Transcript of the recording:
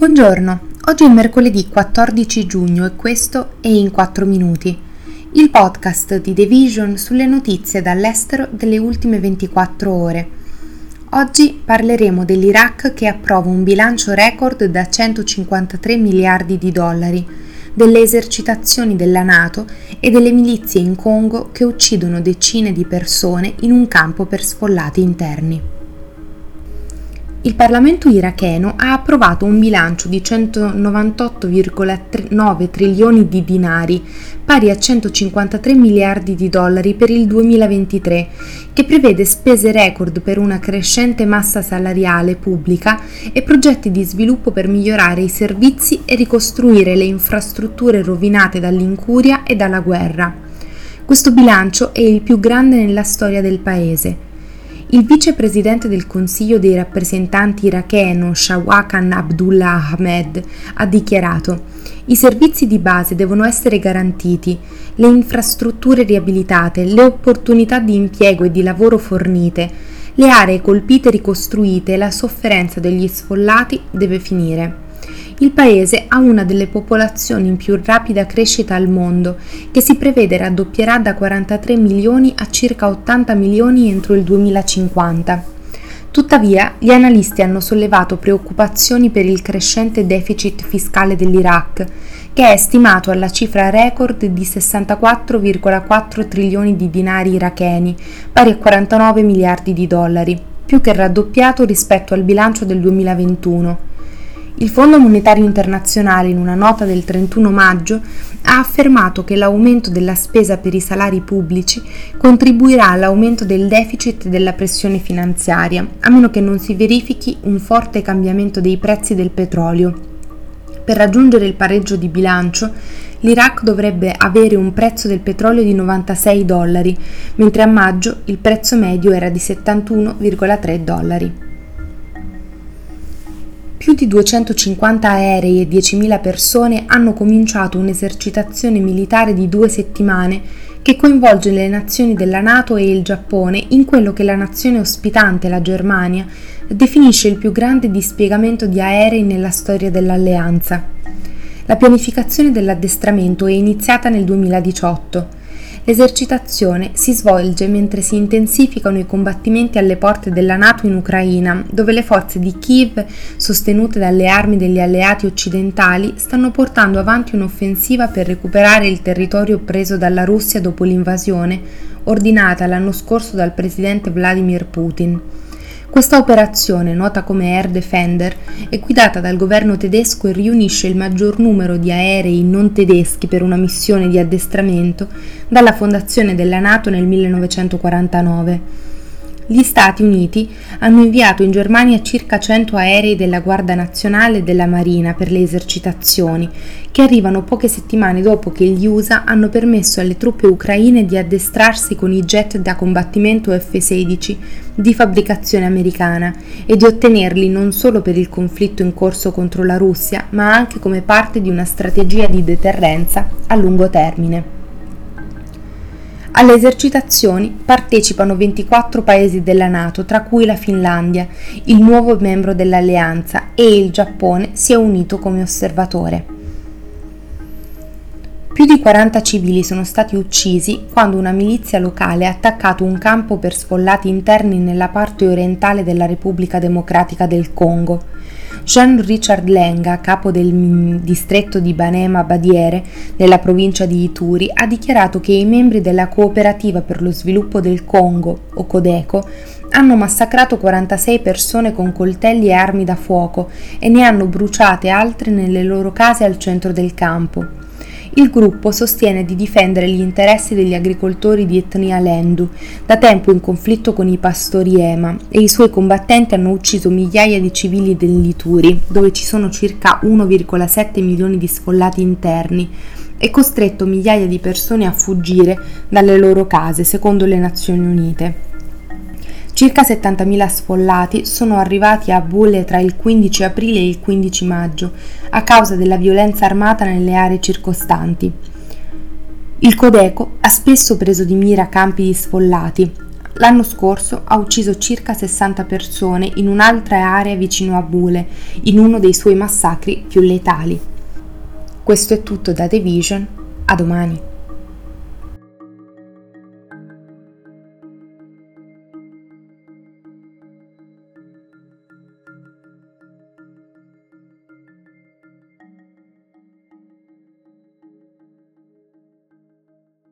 Buongiorno, oggi è mercoledì 14 giugno e questo è In 4 Minuti, il podcast di The Vision sulle notizie dall'estero delle ultime 24 ore. Oggi parleremo dell'Iraq che approva un bilancio record da 153 miliardi di dollari, delle esercitazioni della NATO e delle milizie in Congo che uccidono decine di persone in un campo per sfollati interni. Il Parlamento iracheno ha approvato un bilancio di 198,9 trilioni di dinari, pari a 153 miliardi di dollari per il 2023, che prevede spese record per una crescente massa salariale pubblica e progetti di sviluppo per migliorare i servizi e ricostruire le infrastrutture rovinate dall'incuria e dalla guerra. Questo bilancio è il più grande nella storia del paese. Il vicepresidente del Consiglio dei rappresentanti iracheno Shawkat Abdullah Ahmed ha dichiarato: «I servizi di base devono essere garantiti, le infrastrutture riabilitate, le opportunità di impiego e di lavoro fornite, le aree colpite ricostruite e la sofferenza degli sfollati deve finire». Il paese ha una delle popolazioni in più rapida crescita al mondo, che si prevede raddoppierà da 43 milioni a circa 80 milioni entro il 2050. Tuttavia, gli analisti hanno sollevato preoccupazioni per il crescente deficit fiscale dell'Iraq, che è stimato alla cifra record di 64,4 trilioni di dinari iracheni, pari a 49 miliardi di dollari, più che raddoppiato rispetto al bilancio del 2021. Il Fondo Monetario Internazionale, in una nota del 31 maggio, ha affermato che l'aumento della spesa per i salari pubblici contribuirà all'aumento del deficit e della pressione finanziaria, a meno che non si verifichi un forte cambiamento dei prezzi del petrolio. Per raggiungere il pareggio di bilancio, l'Iraq dovrebbe avere un prezzo del petrolio di 96 dollari, mentre a maggio il prezzo medio era di 71,3 dollari. Più di 250 aerei e 10.000 persone hanno cominciato un'esercitazione militare di 2 settimane che coinvolge le nazioni della NATO e il Giappone in quello che la nazione ospitante, la Germania, definisce il più grande dispiegamento di aerei nella storia dell'alleanza. La pianificazione dell'addestramento è iniziata nel 2018. L'esercitazione si svolge mentre si intensificano i combattimenti alle porte della NATO in Ucraina, dove le forze di Kiev, sostenute dalle armi degli alleati occidentali, stanno portando avanti un'offensiva per recuperare il territorio preso dalla Russia dopo l'invasione, ordinata l'anno scorso dal presidente Vladimir Putin. Questa operazione, nota come Air Defender, è guidata dal governo tedesco e riunisce il maggior numero di aerei non tedeschi per una missione di addestramento dalla fondazione della NATO nel 1949. Gli Stati Uniti hanno inviato in Germania circa 100 aerei della Guardia Nazionale e della Marina per le esercitazioni, che arrivano poche settimane dopo che gli USA hanno permesso alle truppe ucraine di addestrarsi con i jet da combattimento F-16 di fabbricazione americana e di ottenerli non solo per il conflitto in corso contro la Russia, ma anche come parte di una strategia di deterrenza a lungo termine. Alle esercitazioni partecipano 24 paesi della NATO, tra cui la Finlandia, il nuovo membro dell'alleanza, e il Giappone si è unito come osservatore. Più di 40 civili sono stati uccisi quando una milizia locale ha attaccato un campo per sfollati interni nella parte orientale della Repubblica Democratica del Congo. Jean Richard Lenga, capo del distretto di Banema Badiere, nella provincia di Ituri, ha dichiarato che i membri della Cooperativa per lo Sviluppo del Congo, o Codeco, hanno massacrato 46 persone con coltelli e armi da fuoco e ne hanno bruciate altre nelle loro case al centro del campo. Il gruppo sostiene di difendere gli interessi degli agricoltori di etnia Lendu, da tempo in conflitto con i pastori Ema, e i suoi combattenti hanno ucciso migliaia di civili dell'Ituri, dove ci sono circa 1,7 milioni di sfollati interni, e costretto migliaia di persone a fuggire dalle loro case, secondo le Nazioni Unite. Circa 70.000 sfollati sono arrivati a Bule tra il 15 aprile e il 15 maggio, a causa della violenza armata nelle aree circostanti. Il Codeco ha spesso preso di mira campi di sfollati, L'anno scorso ha ucciso circa 60 persone in un'altra area vicino a Bule, in uno dei suoi massacri più letali. Questo è tutto da The Vision, a domani.